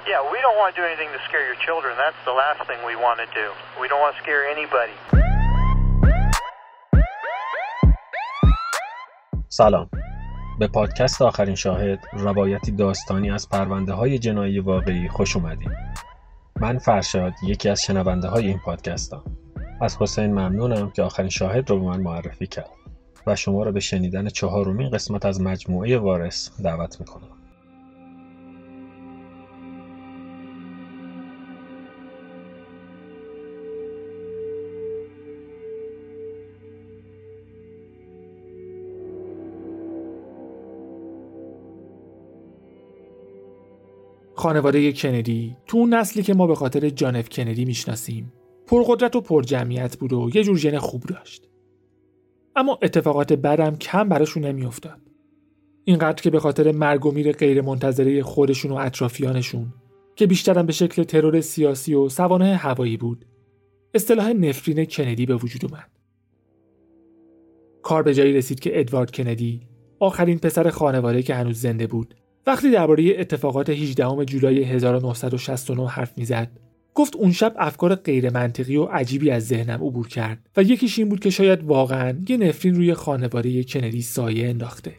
Yeah, we don't want to do anything to scare your children. That's the last thing we want to do. We don't want to scare anybody. سلام. به پادکست آخرین شاهد، روایتی داستانی از پرونده‌های جنایی واقعی خوش اومدید. من فرشاد، یکی از شنونده‌های این پادکستم. از حسین ممنونم که آخرین شاهد رو به من معرفی کرد و شما رو به شنیدن 4مین قسمت از مجموعه وارث دعوت میکنم. خانواده کندی تو اون نسلی که ما به خاطر جان اف کندی میشناسیم پرقدرت و پرجمعیت بود و یه جور ژن خوب داشت. اما اتفاقات بدم کم براشون نمیافتاد. اینقدر که به خاطر مرگ و میر غیر منتظره خودشون و اطرافیانشون که بیشترم به شکل ترور سیاسی و سوانح هوایی بود، اصطلاح نفرین کندی به وجود اومد. کار به جایی رسید که ادوارد کندی، آخرین پسر خانواده که هنوز زنده بود، وقتی درباره اتفاقات 18 جولای 1969 حرف میزد، گفت اون شب افکار غیر منطقی و عجیبی از ذهنم عبور کرد و یکیش این بود که شاید واقعاً یه نفرین روی خانواده کندی سایه انداخته.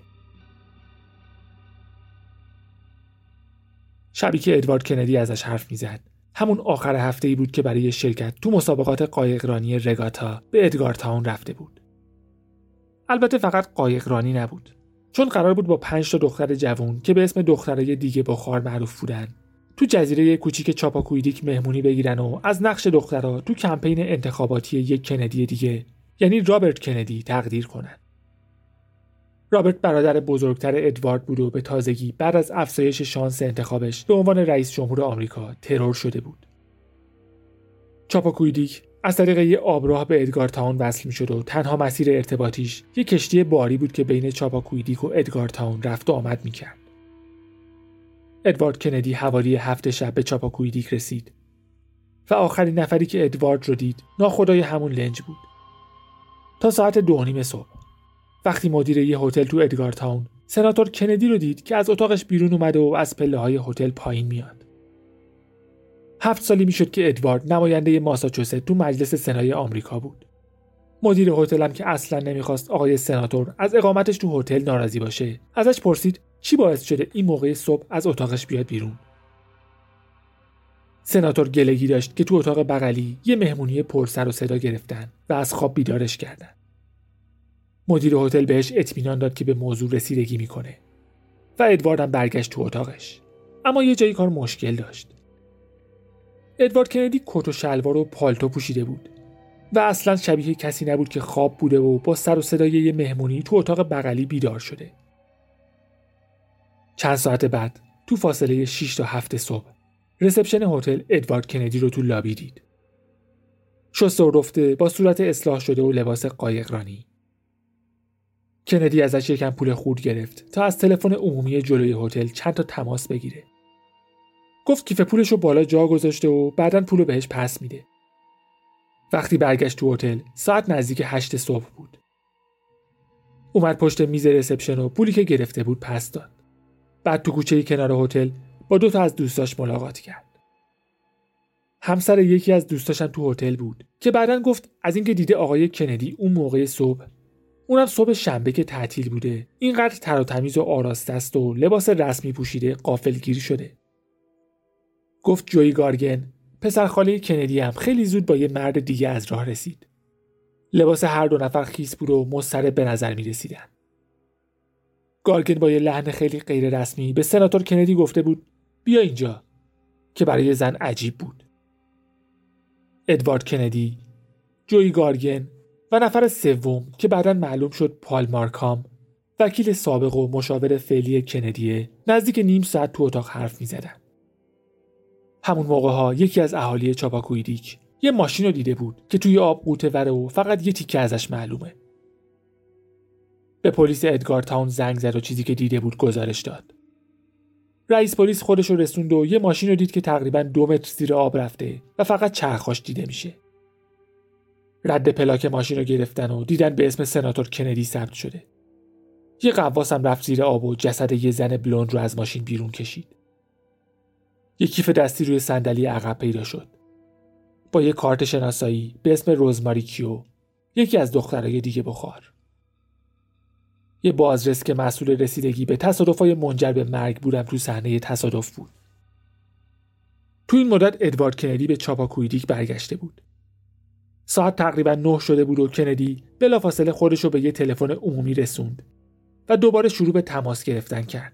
شبی که ادوارد کندی ازش حرف میزد، همون آخر هفته‌ای بود که برای شرکت تو مسابقات قایقرانی رگاتا به ادگارتاون رفته بود. البته فقط قایقرانی نبود، چون قرار بود با 5 دختر جوان که به اسم دخترای دیگه بخار معروف بودن تو جزیره کوچیک چاپاکویدیک مهمونی بگیرن و از نقش دخترها تو کمپین انتخاباتی یک کندی دیگه، یعنی رابرت کندی، تقدیر کنن. رابرت برادر بزرگتر ادوارد بود و به تازگی بعد از افزایش شانس انتخابش به عنوان رئیس جمهور آمریکا ترور شده بود. چاپاکویدیک از طریق یه آبراه به ادگارتاون وصل می‌شد و تنها مسیر ارتباطیش یه کشتی باری بود که بین چاپاکویدیک و ادگارتاون رفت و آمد می‌کرد. ادوارد کندی حوالی 7 شب به چاپاکویدیک رسید و آخرین نفری که ادوارد رو دید ناخدای همون لنج بود. تا ساعت 2:30 صبح وقتی مدیر یه هتل تو ادگارتاون سناتور کندی رو دید که از اتاقش بیرون اومده و از پله‌های هتل پایین میاد. 7 سالی میشد که ادوارد نماینده ماساچوست تو مجلس سنای آمریکا بود. مدیر هتل هم که اصلا نمیخواست آقای سناتور از اقامتش تو هتل ناراضی باشه، ازش پرسید چی باعث شده این موقع صبح از اتاقش بیاد بیرون. سناتور گلگی داشت که تو اتاق بغلی یه مهمونی پر سر و صدا گرفتن و از خواب بیدارش کردن. مدیر هتل بهش اطمینان داد که به موضوع رسیدگی میکنه و ادوارد هم برگشت تو اتاقش. اما یه جایی کار مشکل داشت. ادوارد کندی کت و شلوار و پالتو پوشیده بود و اصلا شبیه کسی نبود که خواب بوده و با سر و صدای یه مهمونی تو اتاق بغلی بیدار شده. چند ساعت بعد تو فاصله 6 تا 7 صبح رسپشن هتل ادوارد کندی رو تو لابی دید. شسته و رفته با صورت اصلاح شده و لباس قایقرانی. کندی ازش یکم پول خورد گرفت تا از تلفن عمومی جلوی هتل چند تا تماس بگیره. گفت کیف پولشو بالا جا گذاشته و بعداً پولو بهش پس میده. وقتی برگشت تو هتل ساعت نزدیک 8 صبح بود. اومد پشت میز رسپشن و پولی که گرفته بود پس داد. بعد تو کوچه کنار هتل با 2 تا از دوستاش ملاقات کرد. همسر یکی از دوستاشم تو هتل بود که بعداً گفت از اینکه دیده آقای کندی اون موقع صبح، اونم صبح شنبه که تعطیل بوده، اینقدر تر و تمیز و آراسته است و لباس رسمی پوشیده غافلگیر شده. گفت جوی گارگن، پسر خاله کندی، هم خیلی زود با یه مرد دیگه از راه رسید. لباس هر 2 نفر خیس بود و مضطرب به نظر می رسیدن. گارگن با یه لحن خیلی غیر رسمی به سناتور کندی گفته بود بیا اینجا، که برای زن عجیب بود. ادوارد کندی، جوی گارگن و نفر سوم که بعداً معلوم شد پال مارکام، وکیل سابق و مشاور فعلی کندیه، نزدیک نیم ساعت تو اتاق حرف می زدن. همون موقع ها یکی از اهالی چاپاکویدیک یه ماشین رو دیده بود که توی آب قوطه وره و فقط یه تیکه ازش معلومه. به پلیس ادگارتاون زنگ زد و چیزی که دیده بود گزارش داد. رئیس پلیس خودش رو رسوند و یه ماشین رو دید که تقریباً 2 متر زیر آب رفته و فقط چرخاش دیده میشه. رد پلاک ماشین رو گرفتن و دیدن به اسم سناتور کندی ثبت شده. یه غواص هم رفت زیر آب و جسد یه زن بلوند رو از ماشین بیرون کشید. یک کیف دستی روی صندلی عقب پیدا شد با یک کارت شناسایی به اسم روزماری کیو، یکی از دخترای دیگه بخار. یه بازرس که مسئول رسیدگی به تصادفای منجر به مرگ بودم تو صحنه تصادف بود. تو این مدت ادوارد کندی به چاپاکویدیک برگشته بود. ساعت تقریبا 9 شده بود و کندی بلافاصله خودش رو به یه تلفن عمومی رسوند و دوباره شروع به تماس گرفتن کرد.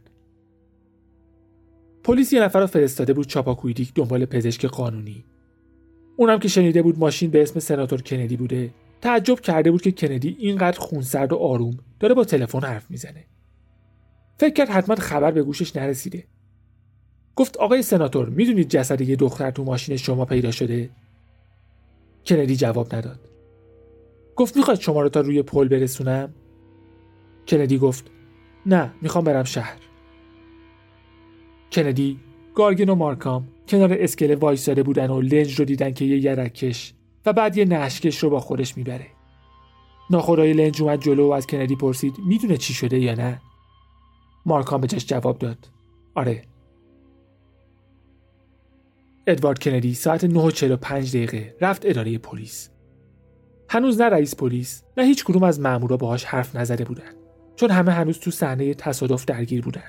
پلیس یه نفر رو فرستاده بود چاپاکویدیک دنبال پزشک قانونی. اونم که شنیده بود ماشین به اسم سناتور کندی بوده، تعجب کرده بود که کندی اینقدر خونسرد و آروم داره با تلفن حرف میزنه. فکر کرد حتما خبر به گوشش نرسیده. گفت آقای سناتور، میدونید جسد یه دختر تو ماشین شما پیدا شده؟ کندی جواب نداد. گفت میخواد شما رو تا روی پل برسونم؟ کندی گفت نه، میخوام برم شهر. کندی، گارگن و مارکام کنار اسکله وایساده بودن و لنج رو دیدن که یه یرکش و بعد یه نشکش رو با خودش میبره. ناخودآگاه لنج اومد جلو و از کندی پرسید میدونه چی شده یا نه؟ مارکام بهش جواب داد آره. ادوارد کندی ساعت 9:45 رفت اداره پلیس. هنوز نه رئیس پلیس نه هیچ کدوم از مامورا باهاش حرف نزده بودن، چون همه هنوز تو صحنه تصادف درگیر بودن.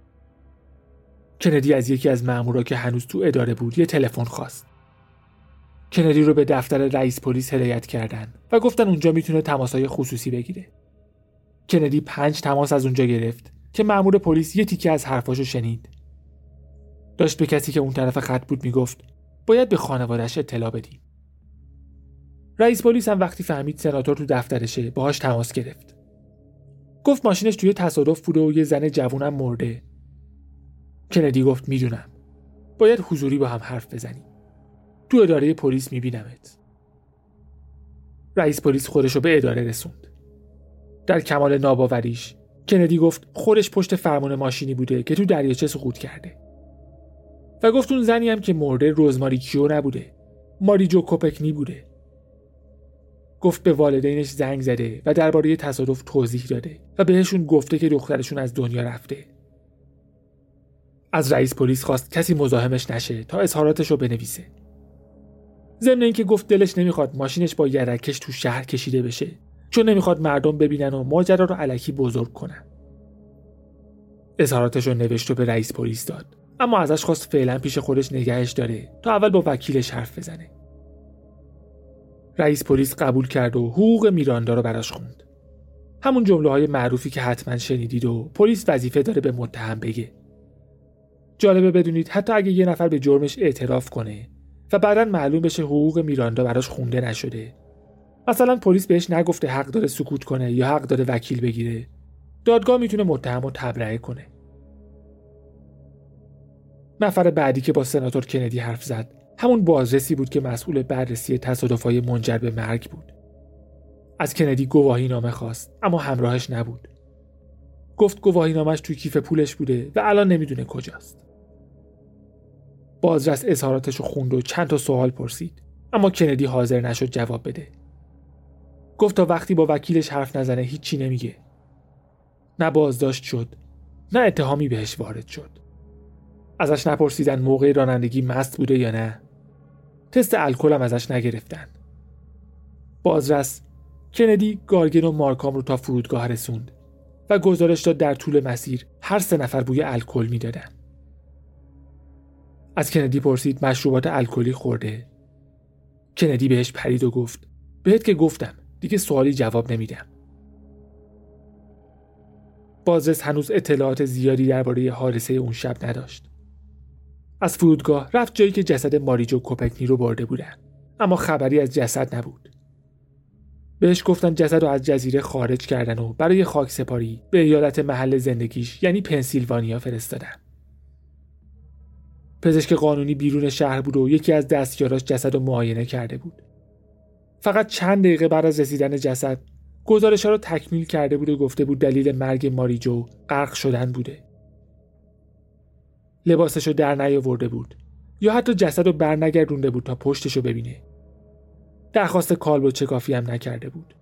کندی از یکی از مامورا که هنوز تو اداره بود یه تلفن خواست. کندی رو به دفتر رئیس پلیس هدایت کردن و گفتن اونجا میتونه تماسهای خصوصی بگیره. کندی 5 تماس از اونجا گرفت که مأمور پلیس یه تیکه از حرفاشو شنید. داشت به کسی که اون طرف خط بود میگفت باید به خانواده‌اش اطلاع بدیم. رئیس پلیس هم وقتی فهمید سناتور تو دفترشه باهاش تماس گرفت. گفت ماشینش توی تصادف بوده و یه زن جوونم مرده. کندی گفت میدونم. باید حضوری با هم حرف بزنیم. تو اداره پلیس میبینمت. رئیس پلیس خودشو به اداره رسوند. در کمال ناباوریش کندی گفت خودش پشت فرمان ماشینی بوده که تو دریاچه سقوط کرده. و گفت اون زنی هم که مرده روزماری کیو نبوده، ماریجو کوپکنی بوده. گفت به والدینش زنگ زده و درباره تصادف توضیح داده و بهشون گفته که دخترشون از دنیا رفته. از رئیس پلیس خواست کسی مزاحمش نشه تا اظهاراتش رو بنویسه. ضمن اینکه گفت دلش نمیخواد ماشینش با یرکش تو شهر کشیده بشه، چون نمیخواد مردم ببینن و ماجرا رو الکی بزرگ کنن. اظهاراتش رو نوشت و به رئیس پلیس داد، اما ازش خواست فعلا پیش خودش نگهش داره تا اول با وکیلش حرف بزنه. رئیس پلیس قبول کرد و حقوق میراندا رو براش خوند. همون جمله‌های معروفی که حتما شنیدید و پلیس وظیفه داره به متهم بگه. جالبه بدونید حتی اگه یه نفر به جرمش اعتراف کنه و بعداً معلوم بشه حقوق میراندا براش خونده نشده، مثلا پلیس بهش نگفته حق داره سکوت کنه یا حق داره وکیل بگیره، دادگاه میتونه متهم رو تبرئه کنه. نفر بعدی که با سناتور کندی حرف زد همون بازرسی بود که مسئول بررسی تصادف‌های منجر به مرگ بود. از کندی گواهی نامه خواست اما همراهش نبود. گفت گواهی نامش توی کیف پولش بوده و الان نمیدونه کجاست. بازرس اظهاراتشو خوند و چند تا سوال پرسید، اما کندی حاضر نشد جواب بده. گفت تا وقتی با وکیلش حرف نزنه هیچی نمیگه. نه بازداشت شد، نه اتهامی بهش وارد شد. ازش نپرسیدن موقع رانندگی مست بوده یا نه. تست الکل هم ازش نگرفتن. بازرس کندی، گارگن و مارکام رو تا فرودگاه رسوند و گزارش داد در طول مسیر هر 3 نفر بوی الکل میدادن. از کندی پرسید مشروبات الکلی خورده. کندی بهش پرید و گفت بهت که گفتم، دیگه سوالی جواب نمیدم. بازرس هنوز اطلاعات زیادی درباره حادثه اون شب نداشت. از فرودگاه رفت جایی که جسد ماریجو کوپکنی رو برده بودن، اما خبری از جسد نبود. بهش گفتن جسد رو از جزیره خارج کردن و برای خاکسپاری به ایالت محل زندگیش یعنی پنسیلوانیا فرستادن. پزشک قانونی بیرون شهر بود و یکی از دستیاراش جسد رو معاینه کرده بود. فقط چند دقیقه بعد از رسیدن جسد گزارش‌ها رو تکمیل کرده بود و گفته بود دلیل مرگ ماریجو غرق شدن بوده. لباسشو در نیاورده بود یا حتی جسد رو برنگردونده بود تا پشتشو ببینه. درخواست کالب و چکافی هم نکرده بود.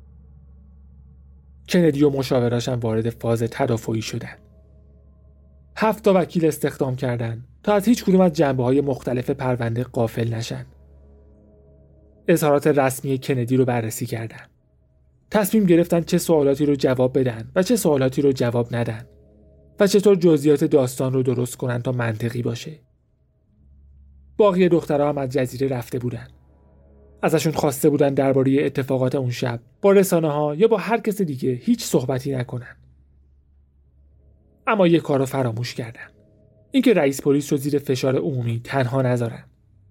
کندی و مشاوراش هم وارد فاز تدافعی شدن. 7 تا وکیل استخدام کردند تا از هیچ کدوم از جنبه‌های مختلف پرونده غافل نشن. اظهارات رسمی کندی رو بررسی کردند. تصمیم گرفتن چه سوالاتی رو جواب بدن و چه سوالاتی رو جواب ندن و چطور جزئیات داستان رو درست کنن تا منطقی باشه. باقی دخترها هم از جزیره رفته بودن. ازشون خواسته بودن درباره اتفاقات اون شب با رسانه‌ها یا با هر کس دیگه هیچ صحبتی نکنن. اما یک کار رو فراموش کردن. اینکه رئیس پلیس رو زیر فشار عمومی تنها نذارن.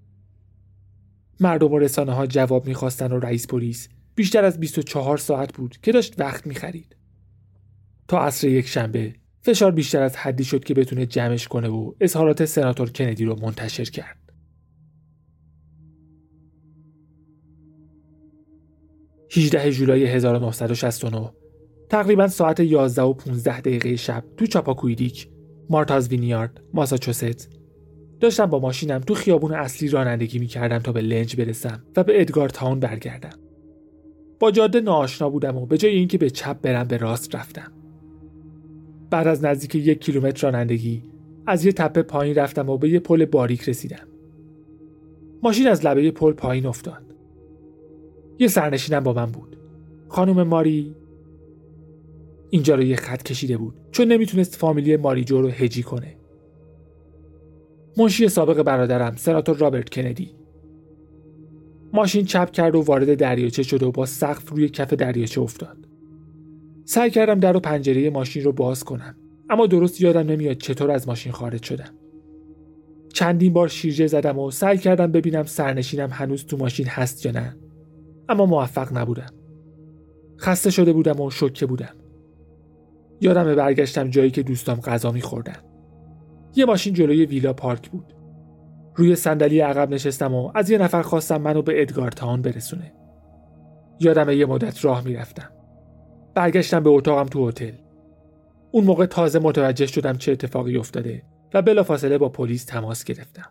مردم و رسانه‌ها جواب می‌خواستن و رئیس پلیس بیشتر از 24 ساعت بود که داشت وقت می‌خرید. تا عصر یک شنبه فشار بیشتر از حدی شد که بتونه جمعش کنه و اظهارات سناتور کندی رو منتشر کرد. 18 ژولای 1969 تقریباً ساعت 11:15 شب تو چاپاکویدیک، مارتاز وینیارد، ماساچوست داشتم با ماشینم تو خیابون اصلی رانندگی می‌کردم تا به لنج برسم و به ادگار تاون برگردم. با جاده ناآشنا بودم و به جای اینکه به چپ برم به راست رفتم. بعد از نزدیک 1 کیلومتر رانندگی از یه تپه پایین رفتم و به یه پل باریک رسیدم. ماشین از لبه پل پایین افتاد. یه سرنشینم با من بود. خانم ماری اینجا رو یه خط کشیده بود چون نمیتونست فامیلی ماریجو رو هجی کنه. منشی سابق برادرم سناتور رابرت کندی. ماشین چپ کرد و وارد دریاچه شد و با سقف روی کف دریاچه افتاد. سعی کردم در و پنجره ماشین رو باز کنم اما درست یادم نمیاد چطور از ماشین خارج شدم. چندین بار شیرجه زدم و سعی کردم ببینم سرنشینم هنوز تو ماشین هست یا نه، اما موفق نبودم. خسته شده بودم و شوکه بودم. یادم برگشتم جایی که دوستام غذا می‌خوردن. یه ماشین جلوی ویلا پارک بود. روی صندلی عقب نشستم و از یه نفر خواستم منو به ادگار تاون برسونه. یادم یه مدت راه میرفتم. برگشتم به اتاقم تو هتل. اون موقع تازه متوجه شدم چه اتفاقی افتاده و بلافاصله با پلیس تماس گرفتم.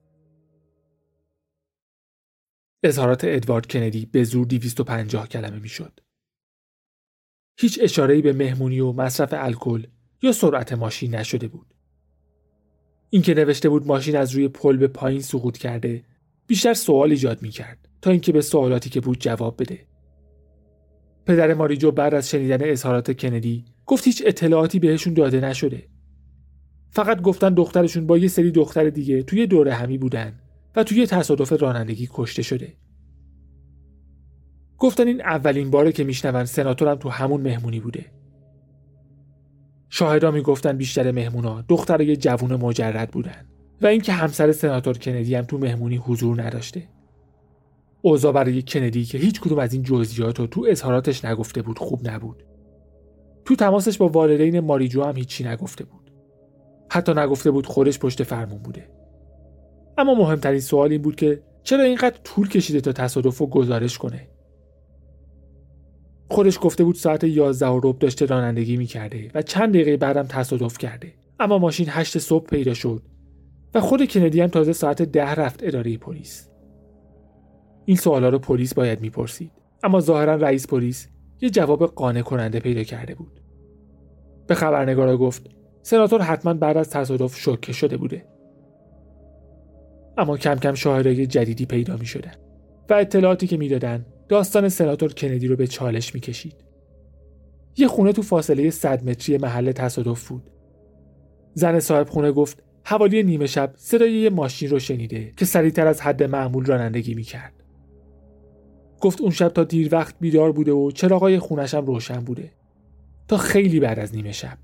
اظهارات ادوارد کندی به زور 250 کلمه میشد. هیچ اشاره‌ای به مهمونی و مصرف الکل یا سرعت ماشین نشده بود. اینکه نوشته بود ماشین از روی پل به پایین سقوط کرده بیشتر سوال ایجاد می‌کرد تا اینکه به سوالاتی که بود جواب بده. پدر ماریجو بعد از شنیدن اظهارات کندی گفت هیچ اطلاعاتی بهشون داده نشده. فقط گفتن دخترشون با یه سری دختر دیگه توی دوره همی بودن و توی تصادف رانندگی کشته شده. گفتن این اولین باره که میشنون سناتورم تو همون مهمونی بوده. شاهدا میگفتن بیشتر مهمونا دخترای جوون مجرد بودن و اینکه همسر سناتور کندی هم تو مهمونی حضور نداشته. اوضاع برای کندی که هیچ کدوم از این جزئیات رو تو اظهاراتش نگفته بود خوب نبود. تو تماسش با والدین ماریجو هم هیچی نگفته بود. حتی نگفته بود خودش پشت فرمون بوده. اما مهمترین سوال این بود که چرا اینقدر طول کشیده تا تصادف رو گزارش کنه؟ خودش گفته بود ساعت 11:15 داشته رانندگی می‌کرده و چند دقیقه بعدم تصادف کرده. اما ماشین 8 صبح پیدا شد و خود کندی هم تازه ساعت 10 رفت اداره پلیس. این سوالا رو پلیس باید میپرسید، اما ظاهرا رئیس پلیس یه جواب قانع کننده پیدا کرده بود. به خبرنگارا گفت سناتور حتما بعد از تصادف شوکه شده بوده. اما کم کم شاهدای جدیدی پیدا می‌شدن و اطلاعاتی که میدادن داستان سناتور کندی رو به چالش می‌کشید. یه خونه تو فاصله 100 متری محل تصادف بود. زن صاحب خونه گفت حوالی نیمه شب صدای یه ماشین رو شنیده که سریعتر از حد معمول رانندگی می‌کرد. گفت اون شب تا دیر وقت بیدار بوده و چراغای خونش هم روشن بوده. تا خیلی بعد از نیمه شب.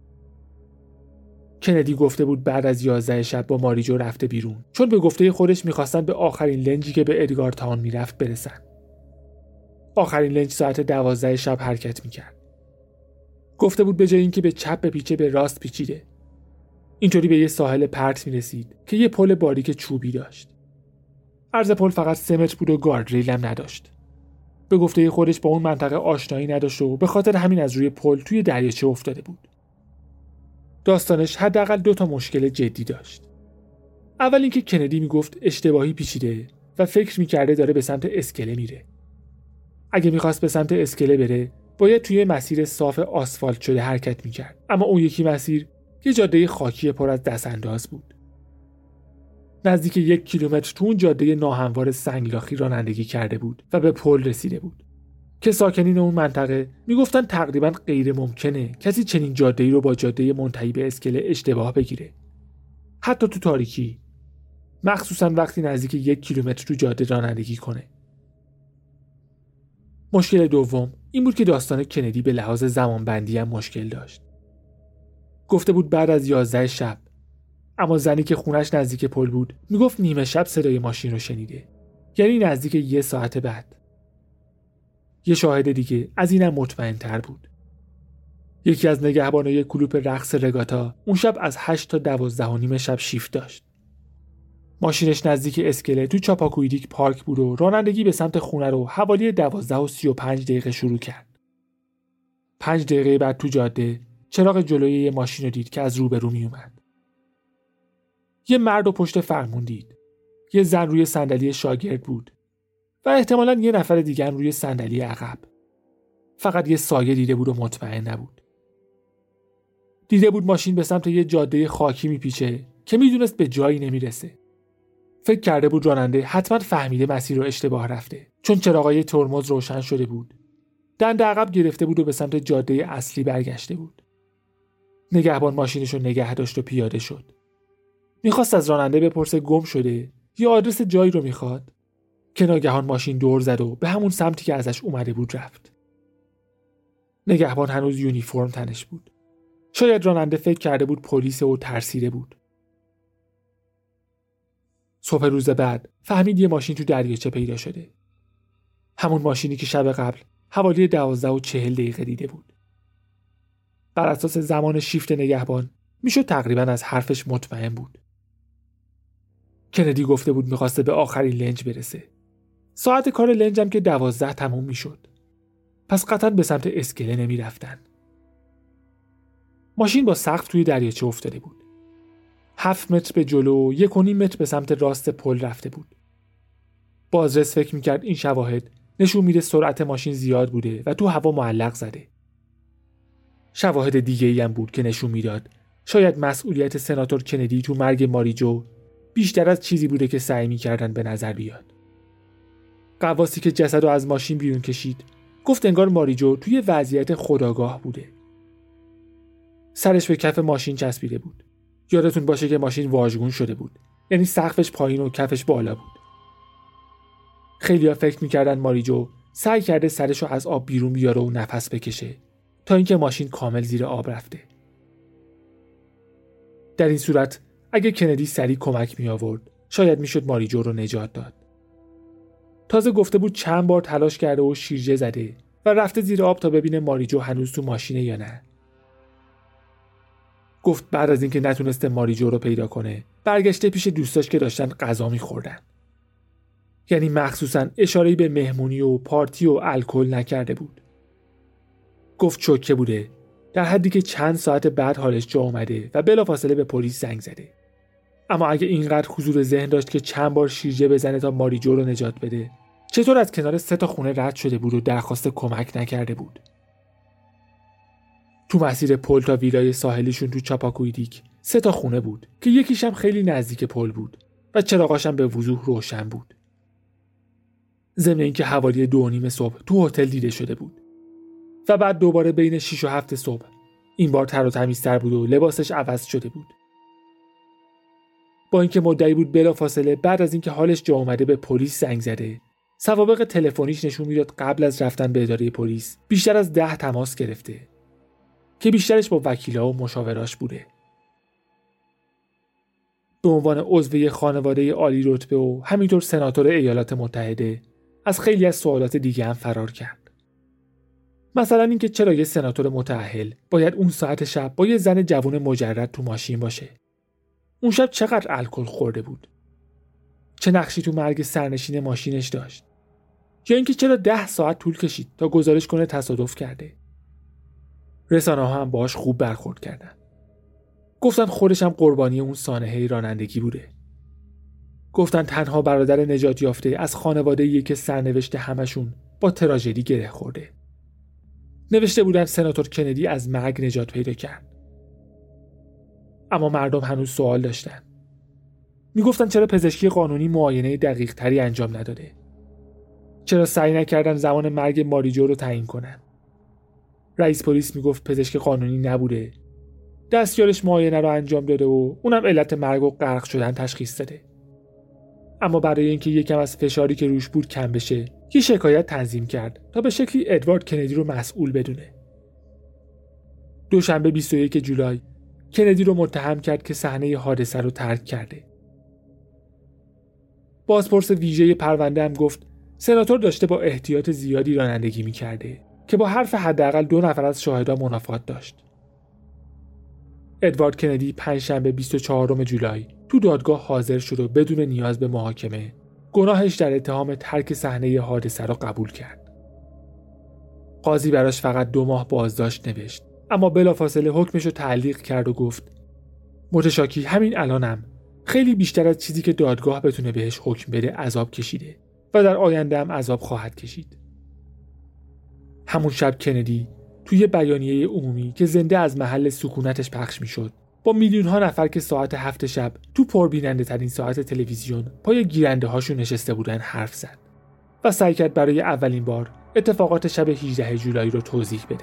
کندی گفته بود بعد از 11 شب با ماریجو رفته بیرون چون به گفته خودش می‌خواستن به آخرین لنجی که به ادگار تاون میرفت برسن. آخرین لنج ساعت 12 شب حرکت می‌کرد. گفته بود به جای اینکه به چپ بپیچه به راست پیچیده. اینطوری به یه ساحل پرت می‌رسید که یه پل باریک چوبی داشت. عرض پل فقط 3 متر بود و گاردریل هم نداشت. به گفته خودش با اون منطقه آشنایی نداشت و به خاطر همین از روی پل توی دریاچه افتاده بود. داستانش حداقل 2 تا مشکل جدی داشت. اول اینکه کندی میگفت اشتباهی پیچیده و فکر می‌کرده داره به سمت اسکله میره. اگه می‌خواست به سمت اسکله بره، باید توی مسیر صاف آسفالت شده حرکت می‌کرد. اما اون یکی مسیر یه جاده خاکی پر از دستانداز بود. نزدیک 1 کیلومتر تو اون جاده ناهموار سنگلاخی رانندگی کرده بود و به پل رسیده بود که ساکنین اون منطقه میگفتن تقریباً غیر ممکنه کسی چنین جاده‌ای رو با جاده منتهی به اسکله اشتباه بگیره. حتی تو تاریکی، مخصوصاً وقتی نزدیک 1 کیلومتر تو جاده رانندگی کنه. مشکل دوم این بود که داستان کندی به لحاظ زمانبندی هم مشکل داشت. گفته بود بعد از 11 شب، اما زنی که خونش نزدیک پل بود میگفت نیمه شب صدای ماشین رو شنیده، یعنی نزدیک 1 ساعت بعد. یه شاهد دیگه از اینم مطمئن تر بود. یکی از نگهبانای کلوپ رقص رگاتا اون شب از 8 تا 12:30 شب شیفت داشت. ماشینش نزدیک اسکله تو چاپاکویدیک پارک بود و رانندگی به سمت خونه رو حوالی 12:35 شروع کرد. 5 دقیقه بعد تو جاده چراغ جلوی یه ماشین رو دید که از روبرو می اومد. یه مرد و پشت فرمون دید. یه زن روی صندلی شاگرد بود و احتمالاً یه نفر دیگر روی صندلی عقب. فقط یه سایه دیده بود و مطمئن نبود. دیده بود ماشین به سمت یه جاده خاکی میپیچه که میدونست به جایی نمیرسه. فکر کرده بود راننده حتما فهمیده مسیر رو اشتباه رفته، چون چراغای ترمز روشن شده بود. دنده عقب گرفته بود و به سمت جاده اصلی برگشته بود. نگهبان ماشینش رو نگه داشت و پیاده شد. میخواست از راننده بپرسه گم شده یا آدرس جایی رو میخواد، که ناگهان ماشین دور زد و به همون سمتی که ازش اومده بود رفت. نگهبان هنوز یونیفرم تنش بود. شاید راننده فکر کرده بود پلیس و ترسیده بود. صبح روز بعد فهمید یه ماشین تو دریاچه پیدا شده. همون ماشینی که شب قبل حوالی 12:40 دیده بود. بر اساس زمان شیفت نگهبان میشد تقریباً از حرفش مطمئن بود. کندی گفته بود میخواسته به آخرین لنج برسه. ساعت کار لنج هم که 12 تموم میشد. پس قطعاً به سمت اسکله نمی رفتن. ماشین با سقف توی دریاچه افتاده بود. 7 متر به جلو و 1.5 متر به سمت راست پل رفته بود. بازرس فکر میکرد این شواهد نشون میده سرعت ماشین زیاد بوده و تو هوا معلق زده. شواهد دیگه ای هم بود که نشون میداد شاید مسئولیت سناتور کندی تو مرگ ماری جو بیشتر از چیزی بوده که سعی میکردن به نظر بیاد. غواصی که جسد رو از ماشین بیرون کشید گفت انگار ماری جو توی وضعیت خودآگاه بوده. سرش به کف ماشین چسبیده بود. یادتون باشه که ماشین واژگون شده بود، یعنی سقفش پایین و کفش بالا بود. خیلی‌ها فکر می‌کردن ماری جو سعی کرده سرش رو از آب بیرون بیاره و نفس بکشه تا اینکه ماشین کامل زیر آب رفته. در این صورت اگه کندی سریع کمک می آورد شاید میشد ماری جو رو نجات داد. تازه گفته بود چند بار تلاش کرده و شیرجه زده و رفته زیر آب تا ببینه ماری جو هنوز تو ماشینه یا نه. گفت بعد از اینکه نتونسته ماری جو رو پیدا کنه برگشته پیش دوستاش که داشتن غذا می‌خوردن. یعنی مخصوصاً اشاره‌ای به مهمونی و پارتی و الکل نکرده بود. گفت چوکه بوده، در حدی که چند ساعت بعد حالش جا اومده و بلافاصله به پلیس زنگ زده. اما اگه اینقدر حضور ذهن داشت که چند بار شیرجه بزنه تا ماری جو رو نجات بده، چطور از کنار 3 تا خونه رد شده بود و درخواست کمک نکرده بود؟ تو مسیر پل تا ویلای ساحلیشون تو چاپاکویدیک 3 تا خونه بود که یکیش هم خیلی نزدیک پل بود و چراغاش هم به وضوح روشن بود. ضمن اینکه حوالی 2:30 صبح تو هتل دیده شده بود و بعد دوباره بین 6 و 7 صبح. این بار تر و تمیزتر بود و لباسش عوض شده بود. با اینکه مدعی بود بلافاصله بعد از اینکه حالش جا اومده به پلیس زنگ زده، سوابق تلفنیش نشون میداد قبل از رفتن به اداره پلیس بیشتر از 10 تماس گرفته که بیشترش با وکیلا و مشاوراش بوده. به عنوان عضو خانواده عالی رتبه و همینطور سناتور ایالات متحده از خیلی از سوالات دیگه هم فرار کرد. مثلا اینکه چرا یه سناتور متأهل باید اون ساعت شب با یه زن جوان مجرد تو ماشین باشه؟ اون شب چقدر الکل خورده بود؟ چه نقشی تو مرگ سرنشین ماشینش داشت؟ یا اینکه چرا 10 ساعت طول کشید تا گزارش کنه تصادف کرده؟ رسانه‌ها هم باهاش خوب برخورد کردن. گفتن خودش هم قربانی اون سانحه رانندگی بوده. گفتن تنها برادر نجات یافته از خانواده‌ای که سرنوشت همشون با تراژدی گره خورده. نوشته بودن سناتور کندی از مرگ نجات پیدا کرد. اما مردم هنوز سوال داشتن. میگفتن چرا پزشکی قانونی معاینه دقیق تری انجام نداده؟ چرا سعی نکردن زمان مرگ ماریجو رو تعیین کنن؟ رئیس پلیس میگفت پزشک قانونی نبوده. دستیارش معاینه رو انجام داده و اونم علت مرگ و غرق شدن تشخیص داده. اما برای اینکه یکم از فشاری که روش بود کم بشه، یه شکایت تنظیم کرد تا به شکلی ادوارد کندی رو مسئول بدونه. دوشنبه 21 جولای کندی رو متهم کرد که صحنه حادثه رو ترک کرده. بازپرس ویژه پرونده هم گفت سناتور داشته با احتیاط زیادی رانندگی می‌کرده که با حرف حداقل 2 نفر از شاهدان منافات داشت. ادوارد کندی پنجشنبه 24 جولای تو دادگاه حاضر شد و بدون نیاز به محاکمه گناهش در اتهام ترک صحنه حادثه را قبول کرد. قاضی براش فقط 2 ماه بازداشت نوشت، اما بلافاصله حکمش رو تعلیق کرد و گفت متشاکی همین الانم خیلی بیشتر از چیزی که دادگاه بتونه بهش حکم بده عذاب کشیده و در آینده هم عذاب خواهد کشید. همون شب کندی توی بیانیه عمومی که زنده از محل سکونتش پخش میشد با میلیون‌ها نفر که ساعت 7 شب تو پربیننده ترین ساعت تلویزیون پای گیرنده هاشون نشسته بودن حرف زد و سعی کرد برای اولین بار اتفاقات شب 18 جولای رو توضیح بده.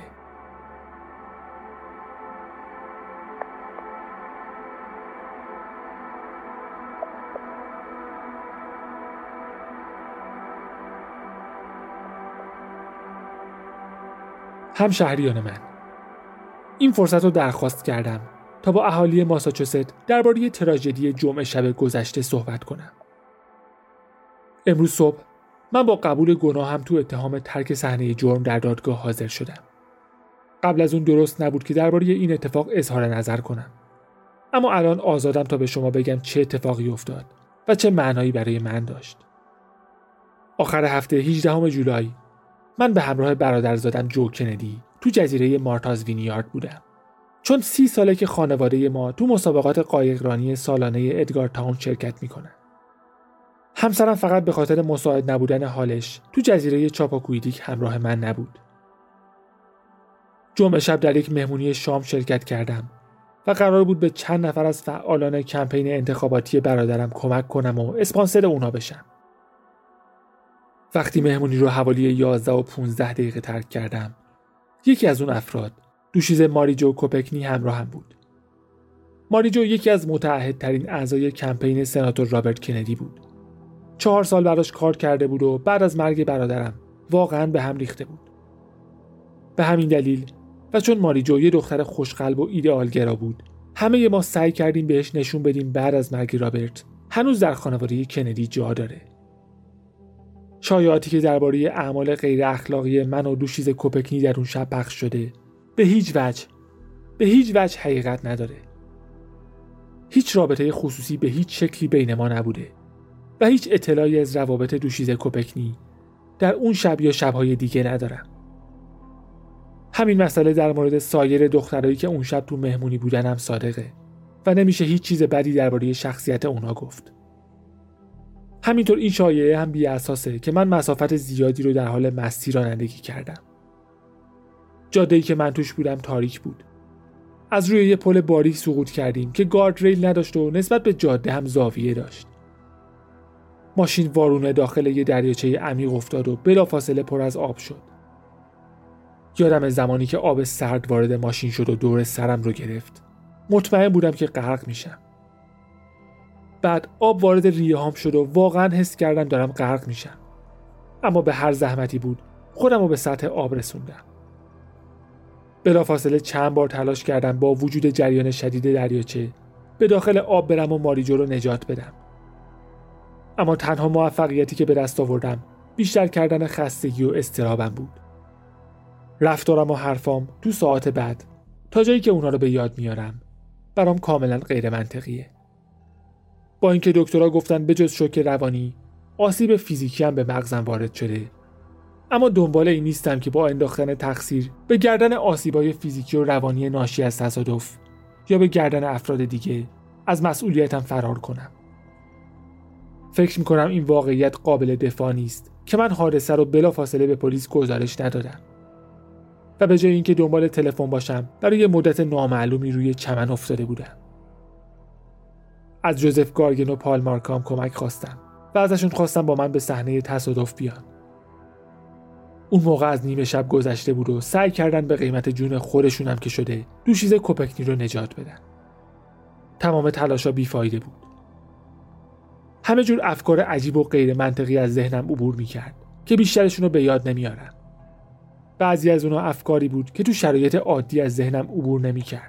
همشهریان من، این فرصت رو درخواست کردم تا با اهالی ماساچوست درباره تراژدی جمعه شب گذشته صحبت کنم. امروز صبح من با قبول گناهم تو اتهام ترک صحنه جرم در دادگاه حاضر شدم. قبل از اون درست نبود که درباره این اتفاق اظهار نظر کنم، اما الان آزادم تا به شما بگم چه اتفاقی افتاد و چه معنایی برای من داشت. آخر هفته 18 جولای من به همراه برادرزادم جو کندی تو جزیره مارتاز وینیارد بودم، چون 30 ساله که خانواده ما تو مسابقات قایقرانی سالانه ادگار تاون شرکت میکنن. همسرم فقط به خاطر مساعد نبودن حالش تو جزیره چاپاکویدیک همراه من نبود. جمعه شب در یک مهمونی شام شرکت کردم و قرار بود به چند نفر از فعالان کمپین انتخاباتی برادرم کمک کنم و اسپانسر اونا بشم. وقتی مهمونی رو حوالی 11 و 15 دقیقه ترک کردم، یکی از اون افراد، دوشیز ماریجو کوپکنی همراهم بود. ماریجو یکی از متعهدترین اعضای کمپین سناتور رابرت کندی بود. 4 سال براش کار کرده بود و بعد از مرگ برادرم واقعاً به هم ریخته بود. به همین دلیل و چون ماریجو یه دختر خوشقلب و ایدئالگرا بود، همه ما سعی کردیم بهش نشون بدیم بعد از مرگ رابرت هنوز در خانواده کندی جا داره. شایعاتی که درباره اعمال غیر اخلاقی من و دوشیز کوپکنی در اون شب پخش شده به هیچ وجه حقیقت نداره. هیچ رابطه خصوصی به هیچ شکلی بین ما نبوده و هیچ اطلاعی از روابط دوشیز کوپکنی در اون شب یا شب‌های دیگه ندارم. همین مسئله در مورد سایر دخترایی که اون شب تو مهمونی بودن هم صادقه و نمیشه هیچ چیز بدی درباره شخصیت اونا گفت. همینطور این شایعه هم بی اساسه که من مسافت زیادی رو در حال مستی رانندگی کردم. جاده‌ای که من توش بودم تاریک بود. از روی یه پل باریک سقوط کردیم که گارد ریل نداشت و نسبت به جاده هم زاویه داشت. ماشین وارونه داخل یه دریاچه عمیق افتاد و بلافاصله پر از آب شد. یادم زمانی که آب سرد وارد ماشین شد و دور سرم رو گرفت. مطمئن بودم که غرق میشم. بعد آب وارد ریه‌هام شد و واقعا حس کردم دارم غرق میشم. اما به هر زحمتی بود خودم رو به سطح آب رسوندم. بلافاصله چند بار تلاش کردم با وجود جریان شدید دریاچه به داخل آب برم و ماریجو رو نجات بدم. اما تنها موفقیتی که به دست آوردم بیشتر کردن خستگی و اضطرابم بود. رفتارم و حرفام تو ساعت بعد تا جایی که اونا رو به یاد میارم برام کاملا غیر منطقیه. با اینکه دکترها گفتن بجز شوک روانی آسیب فیزیکی هم به مغزم وارد شده، اما دنبال این نیستم که با انداختن تقصیر به گردن آسیبای فیزیکی و روانی ناشی از تصادف یا به گردن افراد دیگه از مسئولیتم فرار کنم. فکر میکنم این واقعیت قابل دفاع نیست که من حادثه رو بلافاصله به پلیس گزارش ندادم و به جای اینکه دنبال تلفن باشم برای مدت نامعلومی روی چمن افتاده بودم. از جوزف گارگن و پال مارکام کمک خواستم و ازشون خواستم با من به صحنه تصادف بیان. اون موقع از نیمه شب گذشته بود و سعی کردن به قیمت جون خودشون هم که شده دوشیزه کوپکنی رو نجات بدن. تمام تلاشا بیفایده بود. همه جور افکار عجیب و غیر منطقی از ذهنم عبور میکرد که بیشترشون رو به یاد نمیارم. بعضی از اونها افکاری بود که تو شرایط عادی از ذهنم عبور نمیکرد.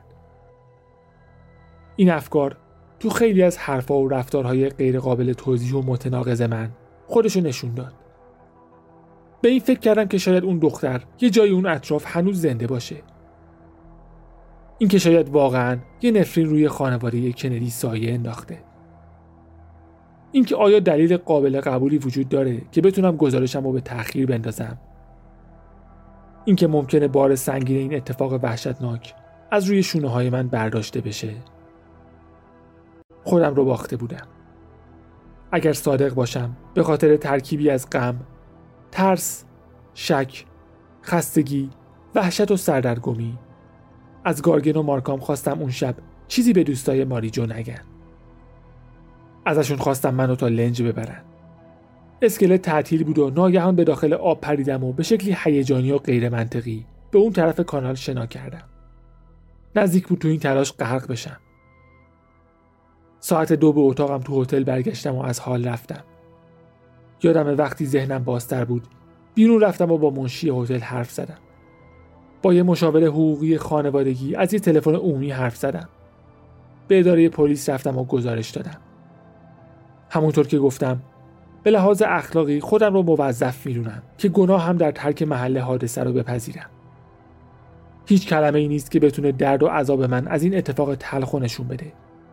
این افکار تو خیلی از حرفا و رفتارهای غیر قابل توضیح و متناقض من خودشو نشون داد. به این فکر کردم که شاید اون دختر یه جای اون اطراف هنوز زنده باشه. این که شاید واقعاً یه نفرین روی خانواده کندی سایه انداخته. این که آیا دلیل قابل قبولی وجود داره که بتونم گزارشم رو به تأخیر بندازم. این که ممکنه بار سنگین این اتفاق وحشتناک از روی شونه‌های من برداشته بشه. خودم رو باخته بودم. اگر صادق باشم به خاطر ترکیبی از غم، ترس، شک، خستگی، وحشت و سردرگمی از گارگن و مارکام خواستم اون شب چیزی به دوستای ماریجو نگن. ازشون خواستم منو تا لنج ببرن. اسکلت تعطیل بود و ناگهان به داخل آب پریدم و به شکلی هیجانی و غیر منطقی به اون طرف کانال شنا کردم. نزدیک بود تو این تلاش غرق بشم. ساعت 2 به اتاقم تو هتل برگشتم و از حال رفتم. یادم وقتی ذهنم بازتر بود بیرون رفتم و با منشی هتل حرف زدم. با یه مشاور حقوقی خانوادگی از یه تلفن عمومی حرف زدم. به اداره پلیس رفتم و گزارش دادم. همونطور که گفتم به لحاظ اخلاقی خودم رو موظف میدونم که گناه هم در ترک محل حادثه رو بپذیرم. هیچ کلمه ای نیست که بتونه درد و عذاب من از این اتفاق تلخ نشون بده.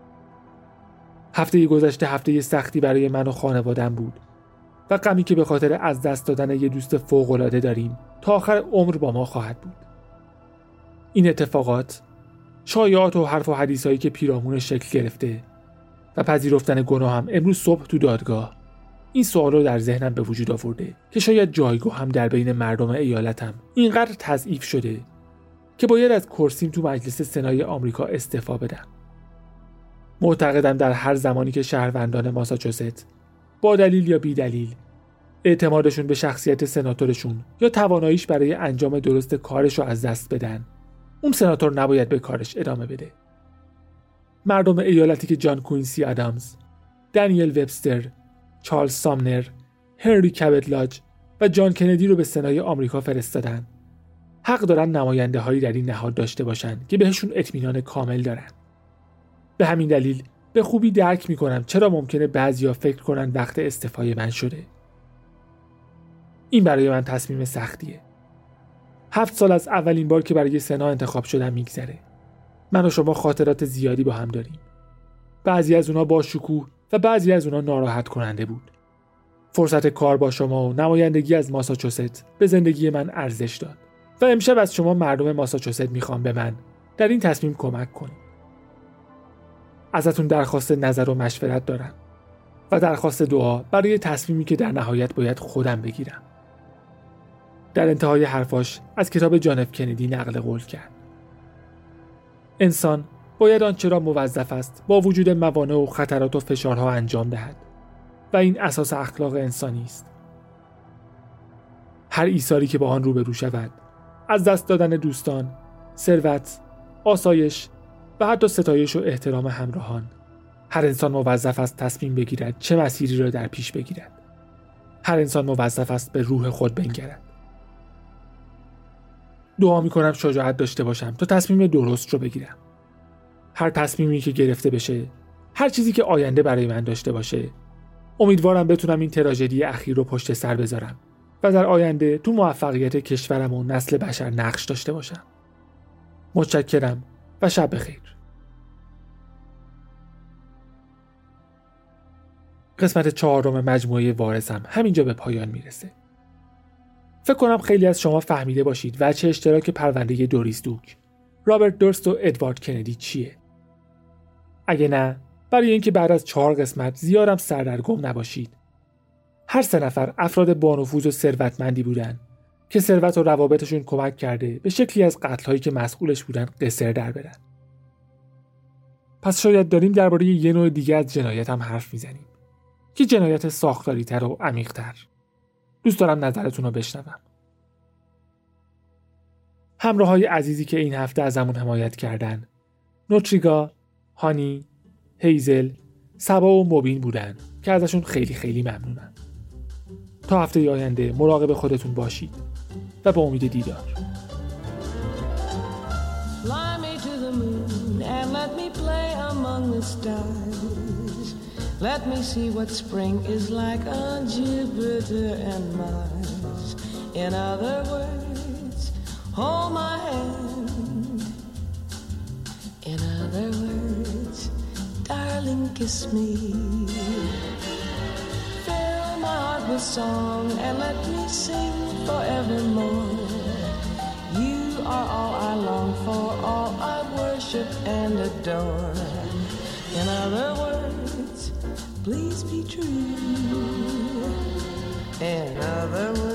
هفته گذشته هفته سختی برای من و خانواده‌ام بود و غمی که به خاطر از دست دادن یه دوست فوق‌العاده داریم تا آخر عمر با ما خواهد بود. این اتفاقات، شایعات و حرف و حدیثایی که پیرامون شکل گرفته و پذیرفتن گناهم امروز صبح تو دادگاه این سوال رو در ذهنم به وجود آورده که شاید جایگاه هم در بین مردم ایالتم اینقدر تضعیف شده که باید از کرسیم تو مجلس سنای آمریکا استعفا بدم. معتقدم در هر زمانی که شهروندان ماساچوست با دلیل یا بی دلیل اعتمادشون به شخصیت سناتورشون یا تواناییش برای انجام درست کارش رو از دست بدن، اون سناتور نباید به کارش ادامه بده. مردم ایالتی که جان کوینسی آدامز، دانیل وبستر، چارلز سامنر، هنری کابت لاج و جان کندی رو به سنای آمریکا فرستادن، حق دارن نماینده هایی در این نهاد داشته باشن که بهشون اطمینان کامل دارن. به همین دلیل به خوبی درک میکنم چرا ممکنه بعضیا فکر کنن وقت استعفای من شده. این برای من تصمیم سختیه. 7 سال از اولین بار که برای سنا انتخاب شدم میگذره. من و شما خاطرات زیادی با هم داریم. بعضی از اونا با شکوه و بعضی از اونا ناراحت کننده بود. فرصت کار با شما و نمایندگی از ماساچوست به زندگی من ارزش داد و امشب از شما مردم ماساچوست میخوام به من در این تصمیم کمک کنید. ازتون درخواست نظر و مشورت دارم و درخواست دعا برای تصمیمی که در نهایت باید خودم بگیرم. در انتهای حرفاش از کتاب جان اف کندی نقل قول کرد. انسان باید آنچه را موظف است با وجود موانع و خطرات و فشارها انجام دهد و این اساس اخلاق انسانی است. هر ایثاری که با آن روبرو شود، از دست دادن دوستان، ثروت، آسایش و حتی ستایش و احترام همراهان، هر انسان موظف است تصمیم بگیرد چه مسیری را در پیش بگیرد. هر انسان موظف است به روح خود بنگرد. دعا می‌کنم شجاعت داشته باشم تا تصمیم درست رو بگیرم. هر تصمیمی که گرفته بشه، هر چیزی که آینده برای من داشته باشه، امیدوارم بتونم این تراژدی اخیر رو پشت سر بذارم و در آینده تو موفقیت کشورم و نسل بشر نقش داشته باشم. متشکرم و شب بخیر. قسمت 4 مجموعه وارثم همینجا به پایان میرسه. فکر کنم خیلی از شما فهمیده باشید وجه اشتراک پرونده دوریس دوک، رابرت دورست و ادوارد کندی چیه. اگه نه، برای اینکه بعد از 4 قسمت زیادم سردرگم نباشید. هر 3 نفر افراد بانفوذ و ثروتمندی بودن که ثروت و روابطشون کمک کرده به شکلی از قتل‌هایی که مسئولش بودن قصر در برن. پس شاید داریم درباره یه نوع دیگه از جنایت هم حرف میزنیم که جنایت ساختاری تر و عمیق تر. دوست دارم نظرتون رو بشنوم. همراهای عزیزی که این هفته ازمون حمایت کردن نوتریگا، هانی، هیزل، سبا و مبین بودن که ازشون خیلی خیلی ممنونم. تا هفته آینده مراقب خودتون باشید و به امید دیدار. Fly me to the moon and let me play among the stars. Let me see what spring is like on Jupiter and Mars. In other words, hold my hand. In other words, darling, kiss me. Fill my heart with song and let me sing forevermore. You are all I long for, all I worship and adore. In other words, please be true. In other words,